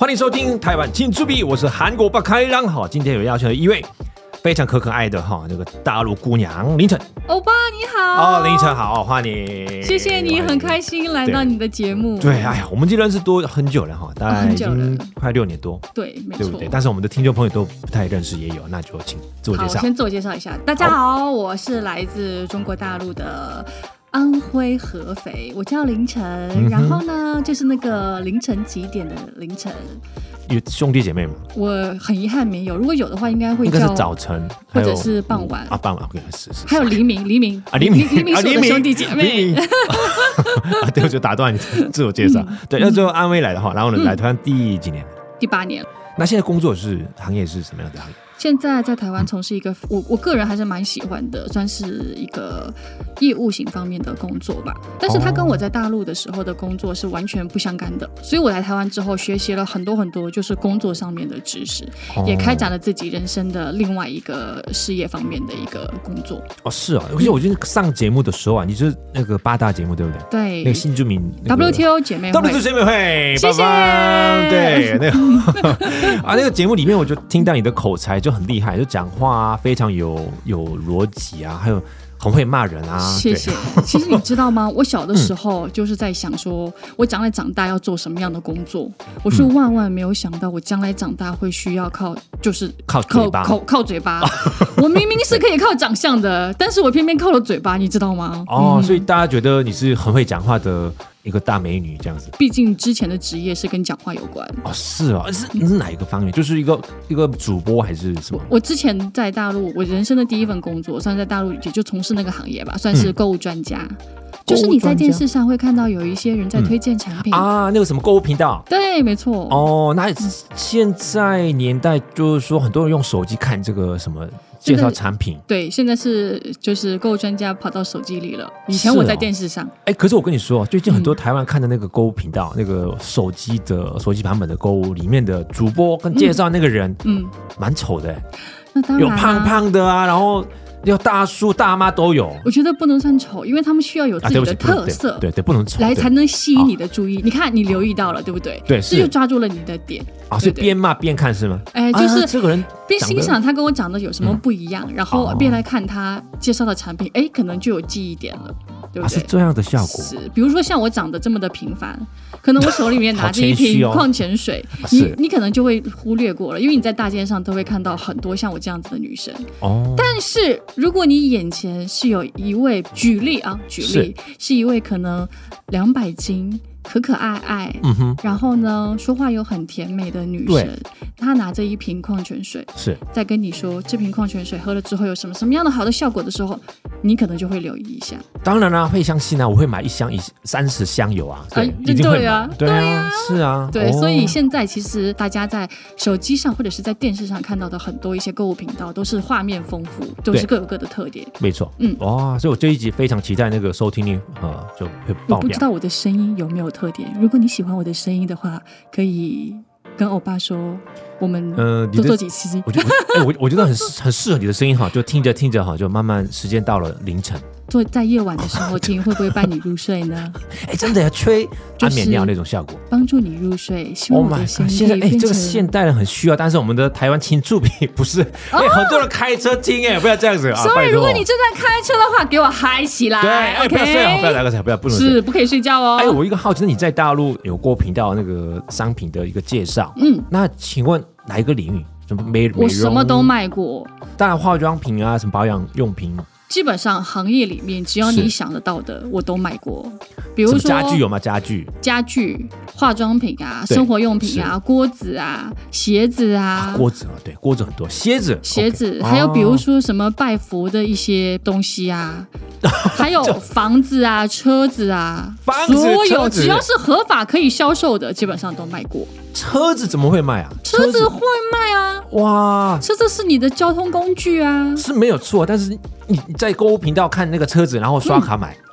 欢迎收听台湾青出币，我是韩国巴开朗。好，今天有邀请了一位非常可爱的那个大陆姑娘凌晨。 欧巴你好。 凌晨好，欢迎。 谢谢你，很开心来到你的节目。 对，哎呀，我们认识很久了大概已经快6年多。 对，没错， 对不对？但是我们的听众朋友都不太认识，也有，那就请自我介绍。 好，先自我介绍一下，大家好，我是来自中国大陆的安徽合肥，我叫凌晨，然后呢，就是那个凌晨几点的凌晨。 有兄弟姐妹吗？ 我很遗憾没有，如果有的话，应该会叫是早晨或者是傍晚啊，傍晚是还有黎明是我的兄弟姐妹。 对，我就打断你自我介绍。对，那就安徽来的话，然后呢，来台湾第几年？ 第8年。 那现在工作行业是什么样的行业？ 现在在台湾从事一个我个人还是蛮喜欢的，算是一个业务型方面的工作吧。但是它跟我在大陆的时候的工作是完全不相干的，所以我来台湾之后学习了很多就是工作上面的知识，也开展了自己人生的另外一个事业方面的一个工作。 是啊，而且我觉得上节目的时候啊，你就是那个8大节目对不对？ 对， 那个新住民、 WTO 姐妹会 ，WTO 姐妹会， 谢谢。 对，那个那个节目里面我就听到你的口才就很厉害，就讲话啊非常有逻辑啊，还有很会骂人啊。 谢谢。其实你知道吗？我小的时候就是在想说，我将来长大要做什么样的工作。我是万万没有想到，我将来长大会需要靠嘴巴。我明明是可以靠长相的，但是我偏偏靠了嘴巴，你知道吗？ 所以大家觉得你是很会讲话的一个大美女这样子。 毕竟之前的职业是跟讲话有关。是哪一个方面？就是一个主播还是什么？ 我之前在大陆，我人生的第一份工作，算是在大陆也就从事那个行业吧，算是购物专家。就是你在电视上会看到有一些人在推荐产品那个什么购物频道。 对，没错。 那现在年代就是说很多人用手机看这个什么介绍产品。对， 现在就是购物专家跑到手机里了。以前我在电视上。 可是我跟你说，最近很多台湾看的那个购物频道，那个手机版本的购物里面的主播跟介绍那个人，蛮丑的。 那当然有胖胖的啊，然后有大叔大妈都有。 我觉得不能算丑，因为他们需要有自己的特色， 对，不能丑， 来才能吸引你的注意。你看，你留意到了，对不对？ 对， 这就抓住了你的点。 所以边骂边看是吗？ 就是这个人边欣赏他跟我讲的有什么不一样，然后边来看他介绍的产品，可能就有记忆点了，对不对？ 是这样的效果。 是，比如说像我长得这么的平凡，可能我手里面拿着一瓶矿泉水，你可能就会忽略过了，因为你在大街上都会看到很多像我这样子的女生。但是如果你眼前是有一位，举例是一位可能200斤。可爱爱，然后呢，说话又很甜美的女生，她拿着一瓶矿泉水，在跟你说这瓶矿泉水喝了之后有什么样的好的效果的时候，你可能就会留意一下。 当然啦，会相信啊，我会买一箱30箱油啊，一定会买。对啊，是啊， 对，所以现在其实大家在手机上或者是在电视上看到的很多一些购物频道，都是画面丰富，都是各有各的特点。 没错，所以我这一集非常期待那个收听率就会爆表。 我不知道我的声音有没有特点，如果你喜欢我的声音的话，可以跟欧巴说，我们多做几期。 我觉得很适合你的声音就听着听着就慢慢时间到了凌晨， 在夜晚的时候听，会不会伴你入睡呢？ 真的要吹安眠药那种效果， 帮助你入睡。希望我的声音可以变成这个现代人很需要，但是我们的台湾青助比不是，很多人开车听不要这样子啊！ 所以如果你正在开车的话，给我嗨起来。 对，不要睡不要打个彩，不能睡， 是不可以睡觉哦。 我一个好奇，你在大陆有过频道那个商品的一个介绍，那请问哪一个领域？什么美容？ 我什么都卖过， 当然化妆品啊，什么保养用品。 基本上行业里面只要你想得到的我都买过，比如说家具有吗？家具、化妆品啊、生活用品啊、锅子啊、鞋子啊。 锅子对，锅子很多，鞋子， 还有比如说什么拜佛的一些东西啊，还有房子啊、车子啊，所有只要是合法可以销售的，基本上都卖过。 车子怎么会卖啊？ 车子会卖啊！哇，车子是你的交通工具啊， 是没有错。但是你在购物频道看那个车子，然后刷卡买，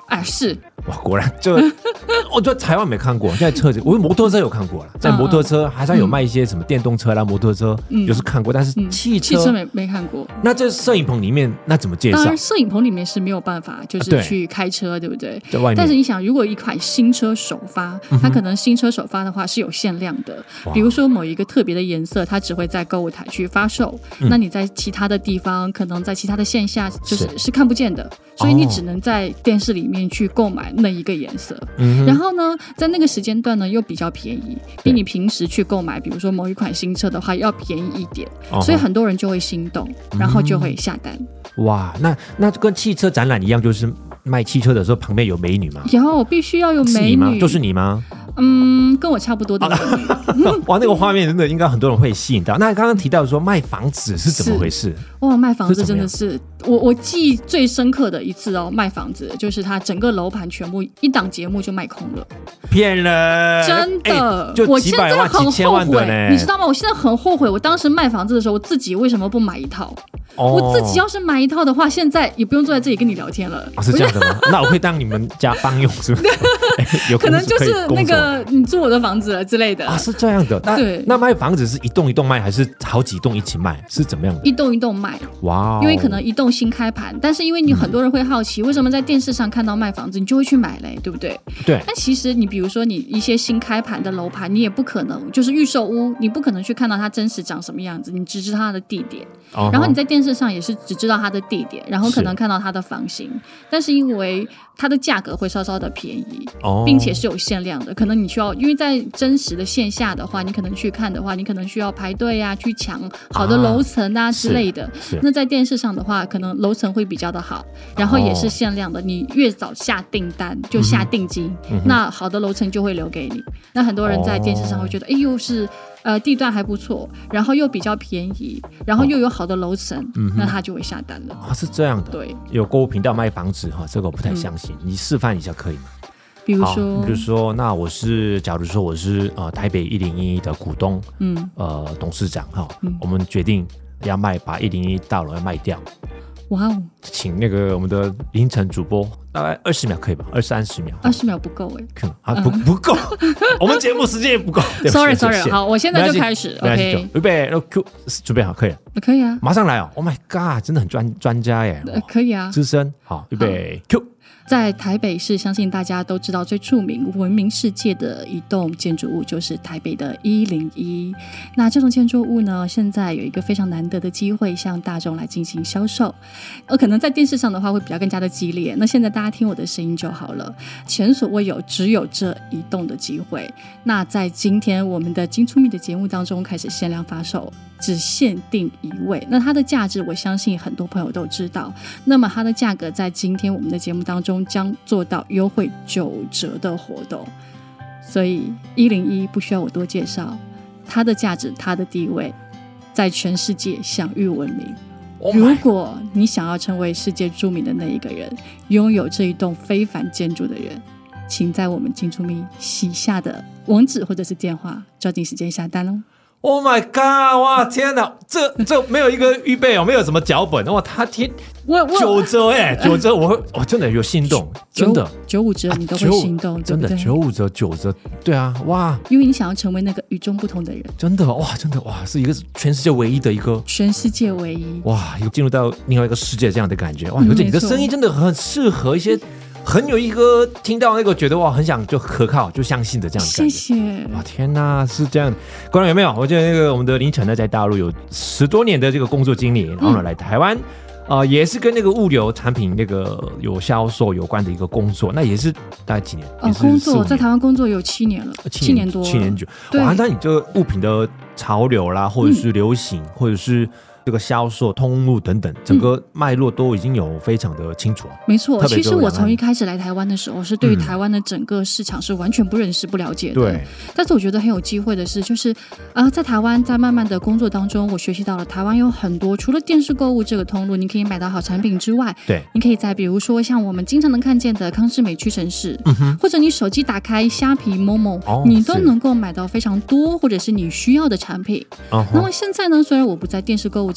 哎，是哇，果然就我觉得台湾没看过，在车子我摩托车有看过了，在摩托车还是有卖一些什么电动车啦、摩托车，就是看过，但是汽车没看过。 那这摄影棚里面那怎么介绍？ 当然，摄影棚里面是没有办法，就是去开车，对不对？ 在外面。 但是你想，如果一款新车首发，它可能新车首发的话是有限量的，比如说某一个特别的颜色，它只会在购物台去发售，那你在其他的地方，可能在其他的线下是看不见的，所以你只能在电视里面去购买那一个颜色。然后呢，在那个时间段呢又比较便宜，比你平时去购买，比如说某一款新车的话要便宜一点，所以很多人就会心动，然后就会下单。 哇，那跟汽车展览一样，就是卖汽车的时候旁边有美女吗？ 有，必须要有美女。 就是你吗？ 跟我差不多的美女。 哇，那个画面真的应该很多人会吸引到。那刚刚提到说卖房子是怎么回事？ 哇，卖房子真的是我记忆最深刻的一次哦，卖房子就是它整个楼盘全部一档节目就卖空了， 骗人！ 真的， 就几百万、几千万的呢， 你知道吗？我现在很后悔，我当时卖房子的时候，我自己为什么不买一套？我自己要是买一套的话，现在也不用坐在这里跟你聊天了。 是这样的吗？那我会当你们家帮用是不是？有可能就是那个你住我的房子了之类的啊，是这样的。 对， 那卖房子是一栋一栋卖，还是好几栋一起卖？是怎么样的？ 一栋一栋卖。哇，因为可能一栋新开盘，但是因为你很多人会好奇，为什么在电视上看到卖房子，你就会去买嘞，对不对？ 对。 但其实你比如说你一些新开盘的楼盘，你也不可能就是预售屋，你不可能去看到它真实长什么样子，你只知道它的地点，然后你在电视上也是只知道它的地点，然后可能看到它的房型，但是因为它的价格会稍稍的便宜，并且是有限量的，可能你需要，因为在真实的线下的话，你可能去看的话，你可能需要排队啊，去抢好的楼层啊之类的。那在电视上的话，可能楼层会比较的好，然后也是限量的，你越早下订单就下定金，那好的楼层就会留给你。那很多人在电视上会觉得，哎，又是地段还不错，然后又比较便宜，然后又有好的楼层，那他就会下单了。 是这样的。 对， 有购物频道卖房子哈，这个我不太相信。你示范一下可以吗？ 比如说， 那假如说我是台北101的股东，董事长哈，我们决定要把101大楼要卖掉。 哇哦！ 请那个我们的凌晨主播大概20秒可以吧？20-30秒 ，20秒不够不够，我们节目时间也不够。 Sorry， 好，我现在就开始。OK， 预备 ，Q 准备好，可以了。 可以啊， 马上来哦 ！Oh my god， 真的很专家耶！ 可以啊， 资深。好，预备 Q。 在台北市，相信大家都知道最著名、闻名世界的一栋建筑物就是台北的101。那这栋建筑物呢，现在有一个非常难得的机会向大众来进行销售。可能在电视上的话会比较更加的激烈。那现在大家听我的声音就好了，前所未有，只有这一栋的机会。那在今天我们的金粗密的节目当中开始限量发售，只限定1位。那它的价值我相信很多朋友都知道，那么它的价格在今天我们的节目当中将做到优惠9折的活动，所以101不需要我多介绍，它的价值，它的地位在全世界享誉闻名。如果你想要成为世界著名的那一个人，拥有这一栋非凡建筑的人，请在我们金粗密洗下的网址或者是电话抓紧时间下单哦。 Oh my god！ 哇，天哪，这没有一个预备哦，没有什么脚本哇，他9折9折，我真的有心动，真的 95折你都会心动， 真的95折9折，对啊，哇！ 因为你想要成为那个与众不同的人， 真的哇，是一个全世界唯一的一个， 全世界唯一哇，有进入到另外一个世界这样的感觉哇，而且你的声音真的很适合一些。很有一个听到那个觉得哇，很想就可靠就相信的这样的感觉。 谢谢。 哇，天哪，是这样的。观众有没有？我觉得那个我们的凌晨呢，在大陆有10多年的这个工作经历，然后呢来台湾，也是跟那个物流产品那个有销售有关的一个工作，那也是大概几年？ 工作在台湾工作有7年了，7年多，7 年久。哇，那你这个物品的潮流啦，或者是流行，或者是这个销售通路等等，整个脉络都已经有非常的清楚。 没错，其实我从一开始来台湾的时候，是对于台湾的整个市场是完全不认识、不了解的。 对。 但是我觉得很有机会的是，就是在台湾，在慢慢的工作当中，我学习到了台湾有很多除了电视购物这个通路，你可以买到好产品之外， 对， 你可以在比如说像我们经常能看见的康是美屈臣氏，或者你手机打开虾皮、Momo，你都能够买到非常多或者是你需要的产品。那么现在呢，虽然我不在电视购物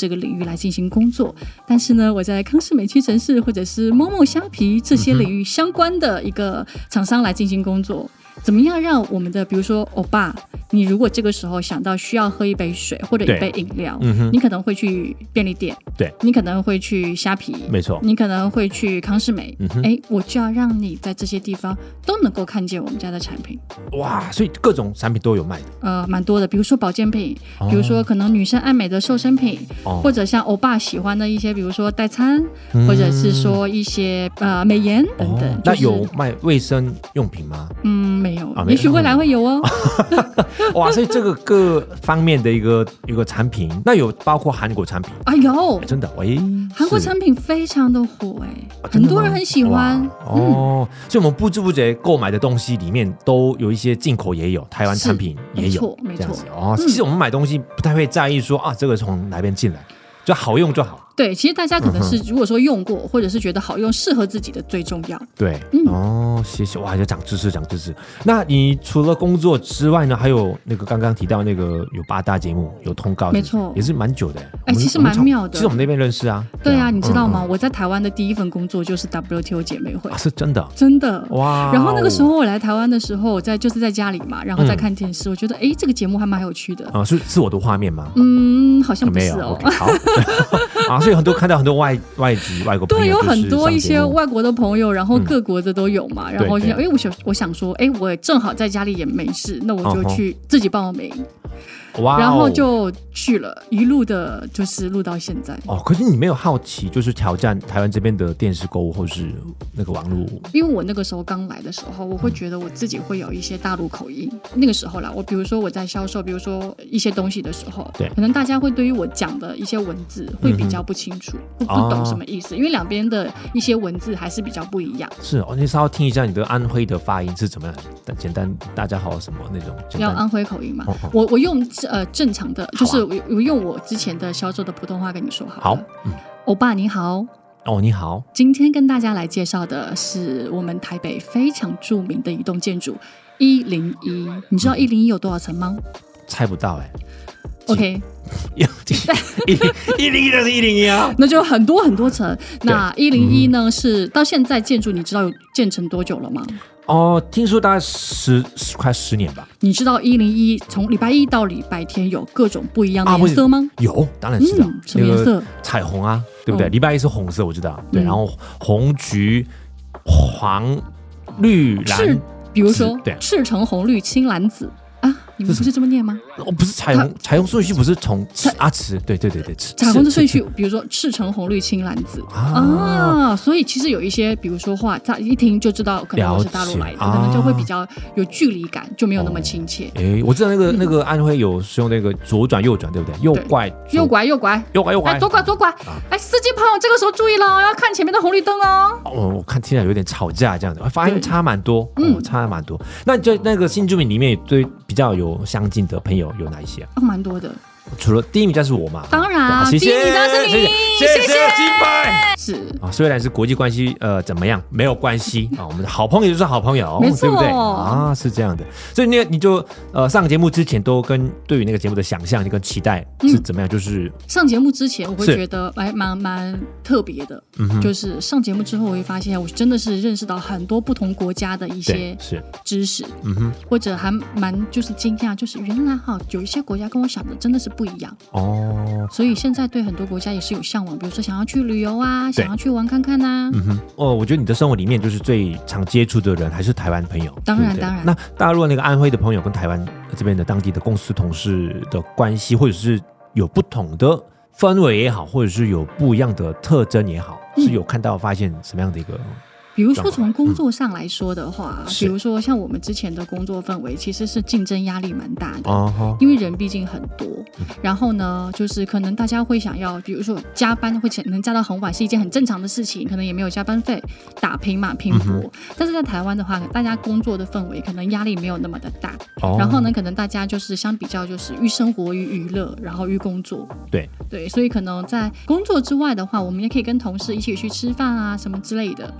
这个领域来进行工作，但是呢，我在康士美屈臣氏或者是某某虾皮这些领域相关的一个厂商来进行工作。怎么样让我们的比如说欧巴，你如果这个时候想到需要喝一杯水或者一杯饮料，你可能会去便利店， 对， 你可能会去虾皮， 没错， 你可能会去康士美，我就要让你在这些地方都能够看见我们家的产品。 哇，所以各种产品都有卖的，蛮多的，比如说保健品，比如说可能女生爱美的瘦身品，或者像欧巴喜欢的一些，比如说代餐，或者是说一些美颜等等。 那有卖卫生用品吗？ 没有，也许未来会有哦。 哇，所以这个各方面的一个产品，那有包括韩国产品啊，有， 真的， 韩国产品非常的火很多人很喜欢所以我们不知不觉购买的东西里面都有一些进口也有，台湾产品也有， 没错其实我们买东西不太会在意说这个从哪边进来，就好用就好。 对，其实大家可能是如果说用过，或者是觉得好用、适合自己的最重要。 对，谢谢，哇，就长知识。那你除了工作之外呢，还有那个刚刚提到那个有8大节目，有通告， 没错， 也是蛮久的。 其实蛮妙的。 其实我们那边认识啊。 对啊，你知道吗？我在台湾的第一份工作就是 WTO 姐妹会， 是真的， 真的哇。 然后那个时候我来台湾的时候，就是在家里嘛，然后在看电视，我觉得这个节目还蛮有趣的。 是我的画面吗？ 好像不是哦。 好，所以看到很多外籍外国朋友， 对，有很多一些外国的朋友，然后各国的都有嘛。然后我想说，我也正好在家里也没事，那我就去自己报名。然后就去了，一路的就是录到现在。 可是你没有好奇，就是挑战台湾这边的电视购物或是那个网络？ 因为我那个时候刚来的时候，我会觉得我自己会有一些大陆口音。那个时候啦，比如说我在销售，比如说一些东西的时候， 对， 可能大家会对于我讲的一些文字会比较不清楚，不懂什么意思，因为两边的一些文字还是比较不一样。 是你稍微听一下你的安徽的发音是怎么样？简单，大家好什么那种？ 要安徽口音嘛？我用正常的，就是我用我之前的销售的普通话跟你说好了。好，欧巴你好。 你好。 今天跟大家来介绍的是我们台北非常著名的一栋建筑101。你知道101有多少层吗？ 猜不到 OK， 101就是101啊， 那就很多很多层。那101呢是到现在建筑，你知道有建成多久了吗？ 听说大概快10年吧。 你知道101从礼拜一到礼拜天有各种不一样的颜色吗？ 有，当然知道。 什么颜色？ 彩虹啊，对不对？礼拜一是红色，我知道。对，然后红、橘、黄、绿、蓝， 比如说赤橙红绿青蓝紫。你们不是这么念吗？ 不是彩虹顺序不是从词，对， 彩虹的顺序，比如说赤橙红绿青蓝紫所以其实有一些，比如说话，他一听就知道可能我是大陆来的，可能就会比较有距离感，就没有那么亲切。 我知道那个安徽有使用那个左转右转，对不对？右拐， 左拐，左拐。司机朋友这个时候注意了，要看前面的红绿灯哦。 我看听起来有点吵架这样子，发现差蛮多，差蛮多。那就那个新住民里面对比较有相近的朋友有哪一些蛮多的。 除了第一名就是我嘛， 当然， 谢谢， 第一名当然是你， 谢谢金牌。 是虽然是国际关系怎么样没有关系我们的好朋友就是好朋友， 没错， 对不对是这样的。所以你就上节目之前都对于那个节目的想象跟期待是怎么样？就是上节目之前我会觉得蛮特别的，就是上节目之后我会发现我真的是认识到很多不同国家的一些知识，或者还蛮就是惊讶，就是原来有一些国家跟我想的真的是不一样所以现在对很多国家也是有向往，比如说想要去旅游啊，想要去玩看看啊。 我觉得你的生活里面就是最常接触的人还是台湾朋友， 当然。 那大陆那个安徽的朋友跟台湾这边的当地的公司同事的关系，或者是有不同的氛围也好，或者是有不一样的特征也好，是有看到发现什么样的一个？ 比如说从工作上来说的话，比如说像我们之前的工作氛围其实是竞争压力蛮大的，因为人毕竟很多，然后呢就是可能大家会想要比如说加班会能加到很晚是一件很正常的事情，可能也没有加班费，打拼嘛拼搏但是在台湾的话，大家工作的氛围可能压力没有那么的大然后呢可能大家就是相比较就是寓生活于娱乐，然后寓工作，对，所以可能在工作之外的话，我们也可以跟同事一起去吃饭啊什么之类的那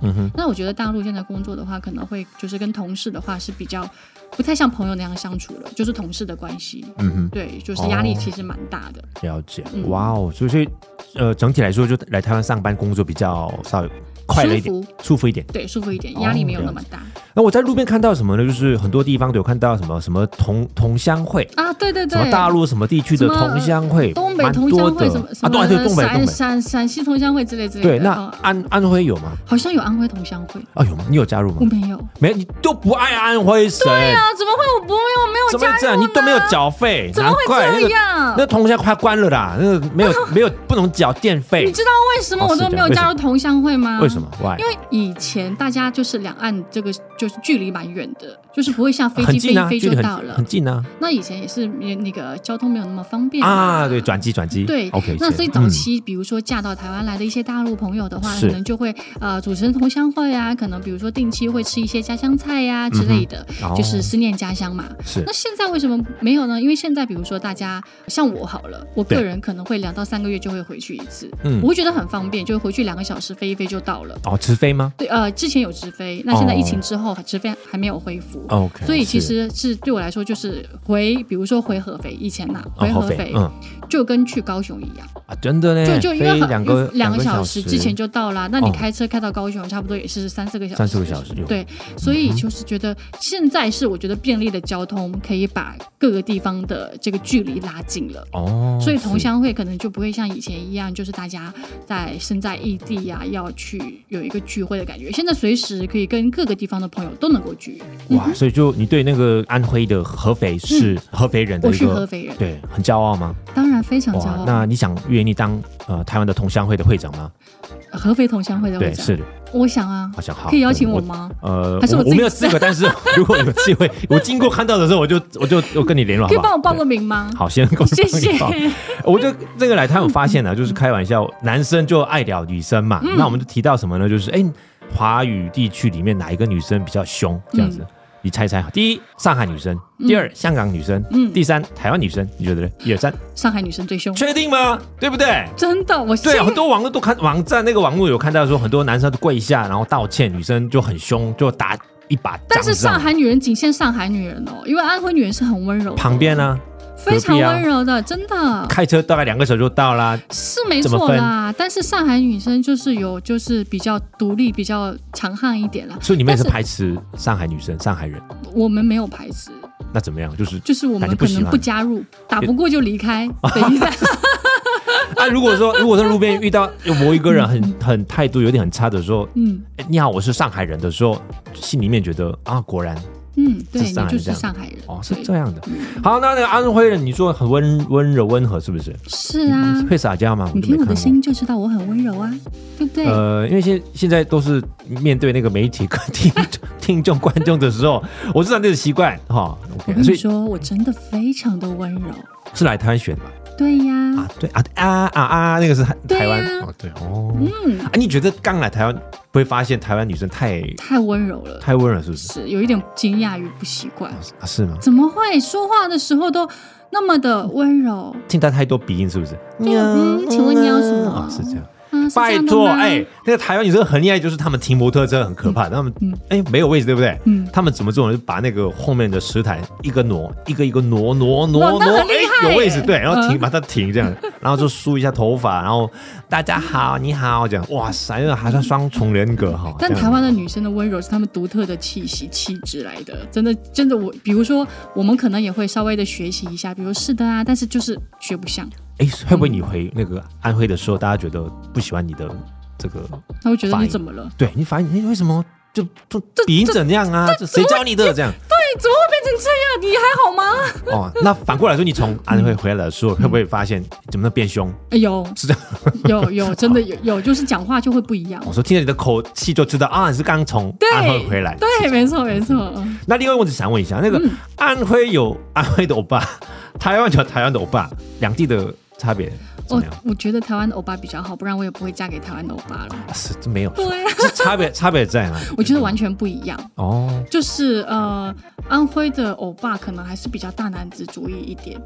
那我觉得大陆现在工作的话，可能会就是跟同事的话是比较不太像朋友那样相处了，就是同事的关系。对，就是压力其实蛮大的。 了解，哇哦，所以整体来说，就来台湾上班工作比较稍微快了一点，舒服一点。 对，舒服一点，压力没有那么大。 那我在路边看到什么呢？就是很多地方都有看到什么同乡会啊，对对对， 什么大陆什么地区的同乡会， 东北同乡会什么啊，对，东北陕西同乡会之类的。 对，那安徽有吗？ 好像有安徽同乡会。 啊，有吗？你有加入吗？ 我没有。 你都不爱安徽谁？ 对啊，怎么会我没有加入呢？ 怎么这样？你都没有缴费， 怎么会这样？ 那同乡快关了啦，那个没有不能缴电费。 你知道为什么我都没有加入同乡会吗？ 为什么？ 因为以前大家就是两岸这个就是距离蛮远的，就是不会像飞机飞一飞就到了， 很近啊。 那以前也是那个交通没有那么方便啊，对，转机。 对 ，OK。 那所以早期，比如说嫁到台湾来的一些大陆朋友的话，可能就会组成同乡会啊，可能比如说定期会吃一些家乡菜呀之类的，就是思念家乡嘛。 是。 那现在为什么没有呢？因为现在比如说大家像我好了，我个人可能会2到3个月就会回去一次，我会觉得很方便，就回去2个小时飞一飞就到了。 哦，直飞吗？ 对，之前有直飞，那现在疫情之后直飞还没有恢复。 OK。 所以其实是对我来说就是比如说回合肥，以前回合肥就跟去高雄一样啊，真的呢， 就因为 2个小时之前就到了，那你开车开到高雄差不多也是3-4个小时。 3-4个小时。 对，所以就是觉得现在是我觉得便利的交通可以把各个地方的这个距离拉近了。所以同乡会可能就不会像以前一样，就是大家身在异地啊，要去有一个聚会的感觉。现在随时可以跟各个地方的朋友都能够聚。 哇，所以就你对那个安徽的合肥是合肥人的一个， 我是合肥人， 对，很骄傲吗？ 当然非常骄傲。 那你想愿意当台湾的同乡会的会长吗？ 合肥同乡会的会长， 对，是的。 我想啊， 好像好， 可以邀请我吗？ 还是我没有资格，但是如果有机会，我经过看到的时候，我就跟你联络， 可以帮我报个名吗？ 好，先谢谢。我就这个来台湾发现了，就是开玩笑，男生就爱聊女生嘛，那我们就提到什么呢？就是华语地区里面哪一个女生比较凶？这样子。你猜猜，第一上海女生，第二香港女生，第三台湾女生，你觉得呢？1、2、3， 上海女生最凶， 确定吗？对不对？ 真的， 对很多网络都网站那个网络有看到说，很多男生都跪下然后道歉，女生就很凶，就打一把。 但是上海女人仅限上海女人哦，因为安徽女人是很温柔的， 旁边呢？ 非常温柔的，真的。 开车大概2个小时就到啦， 是没错啦。但是上海女生就是比较独立、比较强悍一点啦。 所以你们也是排斥上海女生、上海人？ 我们没有排斥。 那怎么样？ 就是我们可能不加入，打不过就离开的意思。 如果说路边遇到有某一个人很态度有点很差的时候，你好，我是上海人的时候，心里面觉得啊，果然。 对，你就是上海人哦，是这样的。好，那个安徽人，你说很温柔温和，是不是？ 是啊， 会撒娇吗？ 你听我的声音就知道我很温柔啊，对不对？ 因为现在都是面对那个媒体跟听众观众的时候，我知道那个习惯哈。 我跟你说，我真的非常的温柔。 是来台湾选的吗？ 对呀， 对那个是台湾对你觉得刚来台湾不会发现台湾女生太温柔了？ 太温柔是不是？ 是有一点惊讶与不习惯是吗？ 怎么会说话的时候都那么的温柔？ 听到太多鼻音是不是？ 请问你要什么？ 是这样。拜托，那个台湾女生很厉害，就是他们停摩托车很可怕，他们没有位置，对不对？他们怎么做呢？就把那个后面的石台一个挪，一个挪，有位置，对，然后把它停这样，然后就梳一下头发，然后大家好，你好，这样，哇塞，那还算双重人格哈。 但台湾的女生的温柔是她们独特的气息气质来的，真的，比如说我们可能也会稍微的学习一下，比如是的啊，但是就是学不像。 会不会你回那个安徽的时候，大家觉得不喜欢你的这个？ 他会觉得你怎么了？ 对你反应，为什么就鼻音怎样啊？这谁教你的这样？ 对，怎么会变成这样？你还好吗？ 那反过来说，你从安徽回来的时候，会不会发现怎么变凶？ 有， 是这样。有，真的有，就是讲话就会不一样。 我说听着你的口气就知道啊，你是刚从安徽回来。 对，没错。 那另外我只想问一下，那个安徽有安徽的欧巴，台湾有台湾的欧巴，两地的差别怎么样？ 我觉得台湾的欧巴比较好，不然我也不会嫁给台湾的欧巴了。 是，这没有。 对啊， 差别在哪里？ 我觉得完全不一样哦。 就是安徽的欧巴可能还是比较大男子主义一点。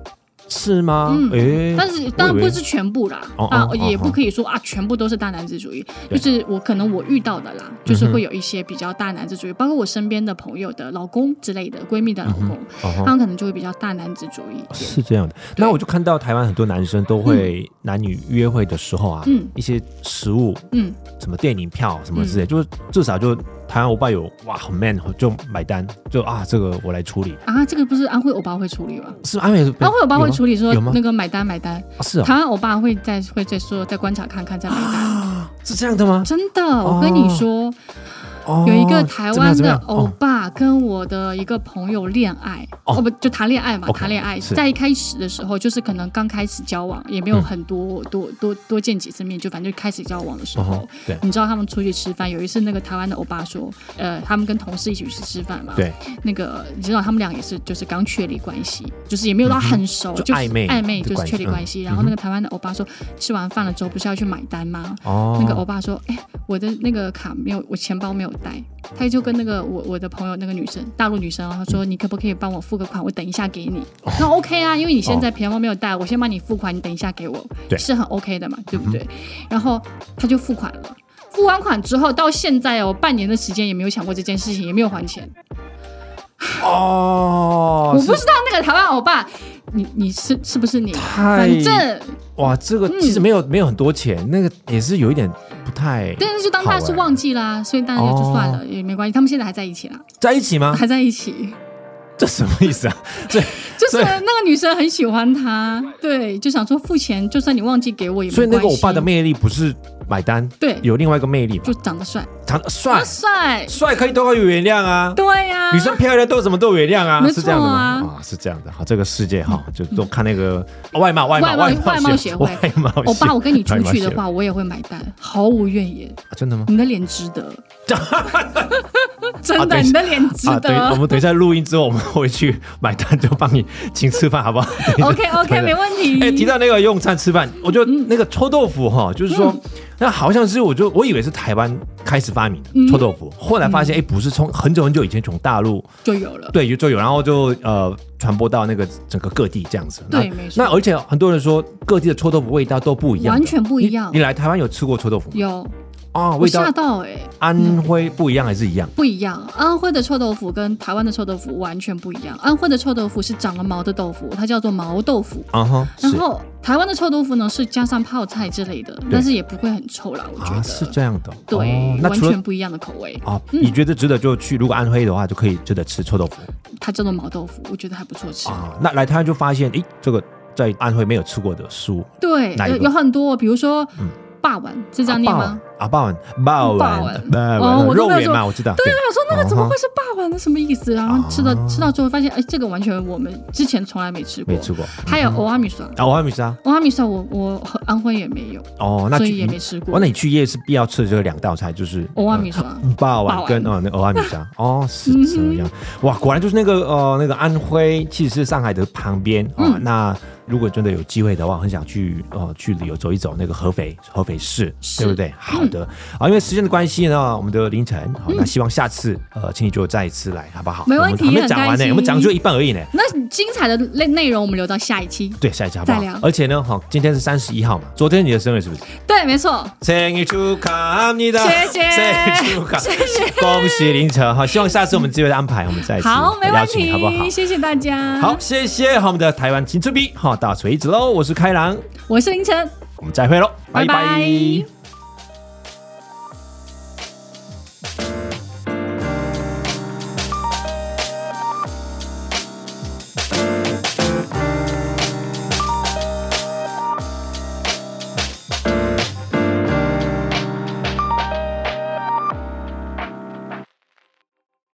是吗？ 但是当然不是全部啦，也不可以说全部都是大男子主义，就是可能我遇到的啦，就是会有一些比较大男子主义，包括我身边的朋友的老公之类的，闺蜜的老公，他们可能就会比较大男子主义。 是这样的。那我就看到台湾很多男生都会男女约会的时候啊，一些食物，什么电影票什么之类，就是至少就台湾欧巴有很 man 就买单，就这个我来处理啊，这个不是安徽欧巴会处理吗？ 是安徽欧巴会处理说那个买单， 是啊， 台湾欧巴会再说再观察看看再买单， 是这样的吗？ 真的，我跟你说。有一个台湾的欧巴跟我的一个朋友恋爱，不就谈恋爱嘛？谈恋爱在一开始的时候，就是可能刚开始交往，也没有很多见几次面，就反正就开始交往的时候，你知道他们出去吃饭，有一次那个台湾的欧巴说，他们跟同事一起去吃饭嘛，对，那个你知道他们俩也是就是刚确立关系，就是也没有到很熟，就暧昧就是确立关系。然后那个台湾的欧巴说，吃完饭了之后不是要去买单吗？那个欧巴说，我的那个卡没有，我钱包没有带，他就跟那个我的朋友那个女生，大陆女生，他说你可不可以帮我付个款，我等一下给你。那 OK 啊，因为你现在钱包没有带，我先帮你付款，你等一下给我，是很 OK 的嘛，对不对？然后他就付款了，付完款之后到现在半年的时间也没有想过这件事情，也没有还钱。我不知道那个台湾欧巴，你是不是你？反正哇，这个其实没有很多钱，那个也是有一点不太， 但是就当他是忘记啦，所以当然也就算了，也没关系。他们现在还在一起啦， 在一起吗？ 还在一起。 这什么意思啊？ 就是那个女生很喜欢他，对，就想说付钱，就算你忘记给我也没关系。 所以那个欧巴的魅力不是买单， 对， 有另外一个魅力， 就长得帅， 帅可以都有原谅啊， 对呀， 女生漂亮都怎么都原谅啊，是这样的吗？ 是这样的。好，这个世界就都看那个外貌协会， 欧巴，我跟你出去的话，我也会买单，毫无怨言。 真的吗？ 你的脸值得。真的，你的脸值得。 我们等一下录音之后，我们回去买单，就帮你请吃饭，好不好 ？OK， 没问题。 提到那个用餐吃饭，我觉得那个臭豆腐就是说，那好像是我以为是台湾开始发明的臭豆腐，后来发现不是，从很久以前从大陆就有了， 对，就有，然后就传播到那个整个各地这样子。 对，没错。 那而且很多人说各地的臭豆腐味道都不一样， 完全不一样。 你来台湾有吃过臭豆腐吗？ 有。 味道吓到安徽不一样还是一样？ 不一样，安徽的臭豆腐跟台湾的臭豆腐完全不一样。安徽的臭豆腐是长了毛的豆腐，它叫做毛豆腐。然后台湾的臭豆腐呢是加上泡菜之类的，但是也不会很臭啦，我觉得是这样的。 对，完全不一样的口味。 你觉得值得就去？如果安徽的话，就可以值得吃臭豆腐。 它叫做毛豆腐，我觉得还不错吃。 那来台湾就发现，这个在安徽没有吃过的食物。 对，有很多，比如说。霸丸是这样念吗？ 霸丸，肉圆嘛，我知道。 对，我说那个怎么会是霸丸的？什么意思？然后吃到之后发现，这个完全我们之前从来没吃过。还有蚵仔米刷，蚵仔米刷我安徽也没有那所以也没吃过。 那你去夜市必要吃的这2道菜就是蚵仔米刷、 霸丸跟那蚵仔米刷。是这样。哇，果然就是那个安徽，其实是上海的旁边那如果真的有机会的话，很想去旅游走一走那个合肥市，对不对？好的，因为时间的关系呢，我们的凌晨，那希望下次请你就再一次来，好不好？ 没问题， 还没讲完呢，我们讲就一半而已呢。 那精彩的内容我们留到下一期， 对，下一期好不好？而且呢，今天是31号嘛，昨天你的生日是不是？ 对，没错。 生日祝福你的， 谢谢， 恭喜凌晨哈！希望下次我们机会的安排，我们再一次邀请你，好不好？ 谢谢大家。 好，谢谢我们的台湾青春币到此为止喽。我是开朗， 我是凌晨， 我们再会喽， 拜拜。